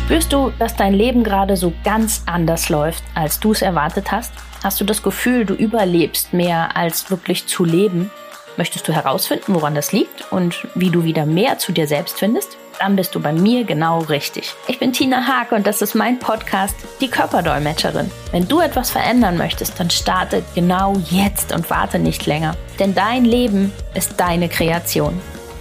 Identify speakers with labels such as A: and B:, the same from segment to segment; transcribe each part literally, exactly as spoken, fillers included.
A: Spürst du, dass dein Leben gerade so ganz anders läuft, als du es erwartet hast? Hast du das Gefühl, du überlebst mehr als wirklich zu leben? Möchtest du herausfinden, woran das liegt und wie du wieder mehr zu dir selbst findest? Dann bist du bei mir genau richtig. Ich bin Tina Haag und das ist mein Podcast, die Körperdolmetscherin. Wenn du etwas verändern möchtest, dann starte genau jetzt und warte nicht länger. Denn dein Leben ist deine Kreation.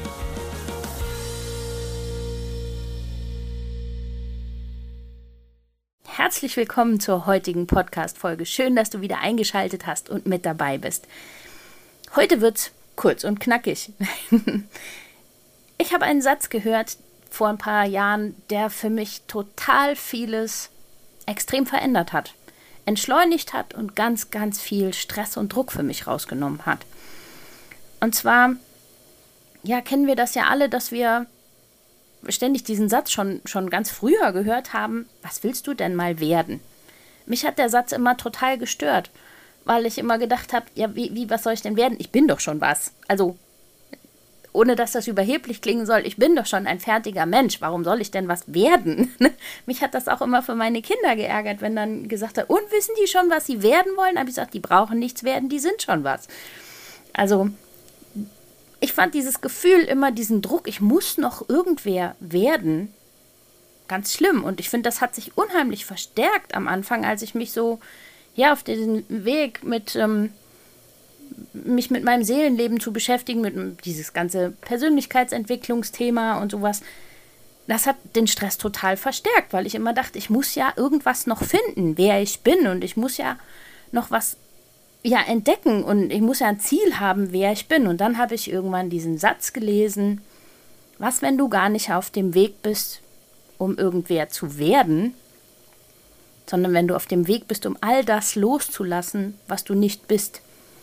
A: Herzlich willkommen zur heutigen Podcast-Folge. Schön, dass du wieder eingeschaltet hast und mit dabei bist. Heute wird's kurz und knackig. Ich habe einen Satz gehört vor ein paar Jahren, der für mich total vieles extrem verändert hat, entschleunigt hat und ganz, ganz viel Stress und Druck für mich rausgenommen hat. Und zwar, ja, kennen wir das ja alle, dass wir ständig diesen Satz schon, schon ganz früher gehört haben: Was willst du denn mal werden? Mich hat der Satz immer total gestört, weil ich immer gedacht habe, ja, wie, wie, was soll ich denn werden? Ich bin doch schon was. Also, ohne dass das überheblich klingen soll, ich bin doch schon ein fertiger Mensch. Warum soll ich denn was werden? Mich hat das auch immer für meine Kinder geärgert, wenn dann gesagt hat, und wissen die schon, was sie werden wollen? Da habe ich gesagt, die brauchen nichts werden, die sind schon was. Also, ich fand dieses Gefühl immer, diesen Druck, ich muss noch irgendwer werden, ganz schlimm. Und ich finde, das hat sich unheimlich verstärkt am Anfang, als ich mich so, ja, auf diesen Weg mit, ähm, mich mit meinem Seelenleben zu beschäftigen, mit dieses ganze Persönlichkeitsentwicklungsthema und sowas. Das hat den Stress total verstärkt, weil ich immer dachte, ich muss ja irgendwas noch finden, wer ich bin. Und ich muss ja noch was ja, entdecken und ich muss ja ein Ziel haben, wer ich bin. Und dann habe ich irgendwann diesen Satz gelesen: Was, wenn du gar nicht auf dem Weg bist, um irgendwer zu werden, sondern wenn du auf dem Weg bist, um all das loszulassen, was du nicht bist.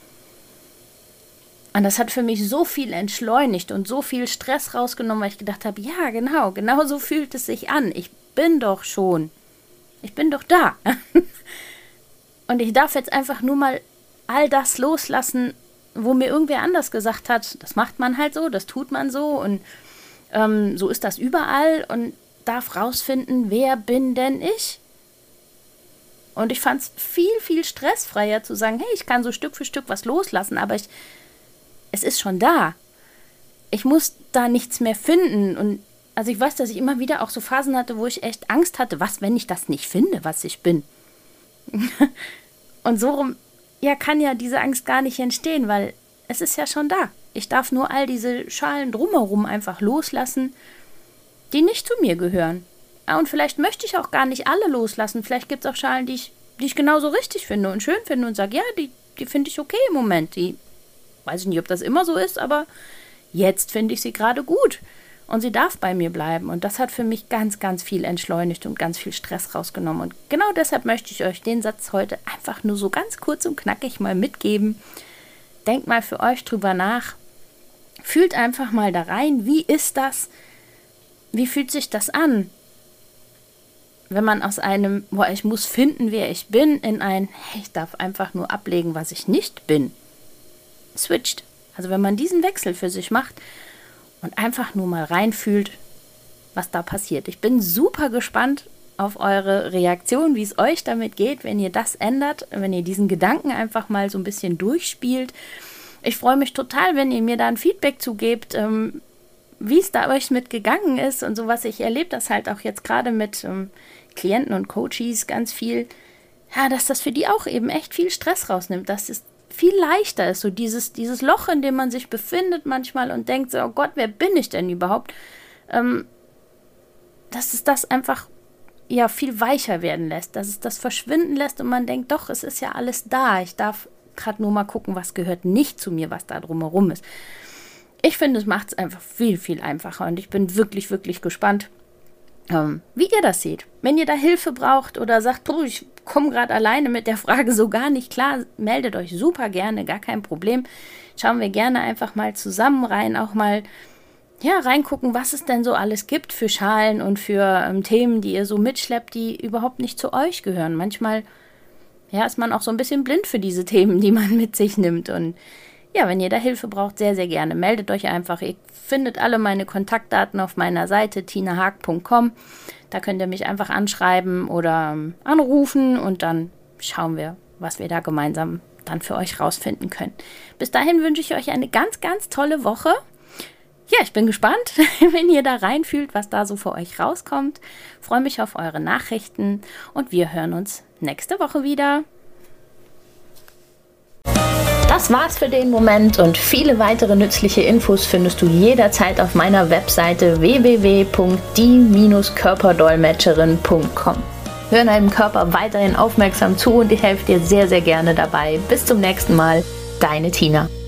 A: Und das hat für mich so viel entschleunigt und so viel Stress rausgenommen, weil ich gedacht habe, ja, genau, genau so fühlt es sich an. Ich bin doch schon. Ich bin doch da. Und ich darf jetzt einfach nur mal all das loslassen, wo mir irgendwer anders gesagt hat, das macht man halt so, das tut man so und ähm, so ist das überall, und darf rausfinden, wer bin denn ich? Und ich fand es viel, viel stressfreier zu sagen, hey, ich kann so Stück für Stück was loslassen, aber ich, es ist schon da. Ich muss da nichts mehr finden. Und also ich weiß, dass ich immer wieder auch so Phasen hatte, wo ich echt Angst hatte, was, wenn ich das nicht finde, was ich bin? Und so rum, ja, kann ja diese Angst gar nicht entstehen, weil es ist ja schon da. Ich darf nur all diese Schalen drumherum einfach loslassen, die nicht zu mir gehören. Und vielleicht möchte ich auch gar nicht alle loslassen. Vielleicht gibt es auch Schalen, die ich, die ich genauso richtig finde und schön finde und sage, ja, die, die finde ich okay im Moment. Die weiß ich nicht, ob das immer so ist, aber jetzt finde ich sie gerade gut. Und sie darf bei mir bleiben. Und das hat für mich ganz, ganz viel entschleunigt und ganz viel Stress rausgenommen. Und genau deshalb möchte ich euch den Satz heute einfach nur so ganz kurz und knackig mal mitgeben. Denkt mal für euch drüber nach. Fühlt einfach mal da rein. Wie ist das? Wie fühlt sich das an? Wenn man aus einem, boah, ich muss finden, wer ich bin, in ein, hey, ich darf einfach nur ablegen, was ich nicht bin, switcht. Also wenn man diesen Wechsel für sich macht und einfach nur mal reinfühlt, was da passiert. Ich bin super gespannt auf eure Reaktion, wie es euch damit geht, wenn ihr das ändert, wenn ihr diesen Gedanken einfach mal so ein bisschen durchspielt. Ich freue mich total, wenn ihr mir da ein Feedback zugebt, ähm, wie es da euch mit gegangen ist und sowas. Ich erlebe das halt auch jetzt gerade mit ähm, Klienten und Coaches ganz viel, ja, dass das für die auch eben echt viel Stress rausnimmt, dass es viel leichter ist, so dieses, dieses Loch, in dem man sich befindet manchmal und denkt so, oh Gott, wer bin ich denn überhaupt? Ähm, dass es das einfach ja viel weicher werden lässt, dass es das verschwinden lässt und man denkt, doch, es ist ja alles da. Ich darf gerade nur mal gucken, was gehört nicht zu mir, was da drumherum ist. Ich finde, es macht es einfach viel, viel einfacher und ich bin wirklich, wirklich gespannt, ähm, wie ihr das seht. Wenn ihr da Hilfe braucht oder sagt, puh, ich komme gerade alleine mit der Frage so gar nicht klar, meldet euch super gerne, gar kein Problem. Schauen wir gerne einfach mal zusammen rein, auch mal ja, reingucken, was es denn so alles gibt für Schalen und für ähm, Themen, die ihr so mitschleppt, die überhaupt nicht zu euch gehören. Manchmal ja, ist man auch so ein bisschen blind für diese Themen, die man mit sich nimmt. Und Ja, wenn ihr da Hilfe braucht, sehr, sehr gerne. Meldet euch einfach. Ihr findet alle meine Kontaktdaten auf meiner Seite tina haag punkt com. Da könnt ihr mich einfach anschreiben oder anrufen und dann schauen wir, was wir da gemeinsam dann für euch rausfinden können. Bis dahin wünsche ich euch eine ganz, ganz tolle Woche. Ja, ich bin gespannt, wenn ihr da reinfühlt, was da so für euch rauskommt. Freue mich auf eure Nachrichten und wir hören uns nächste Woche wieder. Das war's für den Moment und viele weitere nützliche Infos findest du jederzeit auf meiner Webseite w w w punkt die Bindestrich körperdolmetscherin punkt com. Hör deinem Körper weiterhin aufmerksam zu und ich helfe dir sehr, sehr gerne dabei. Bis zum nächsten Mal, deine Tina.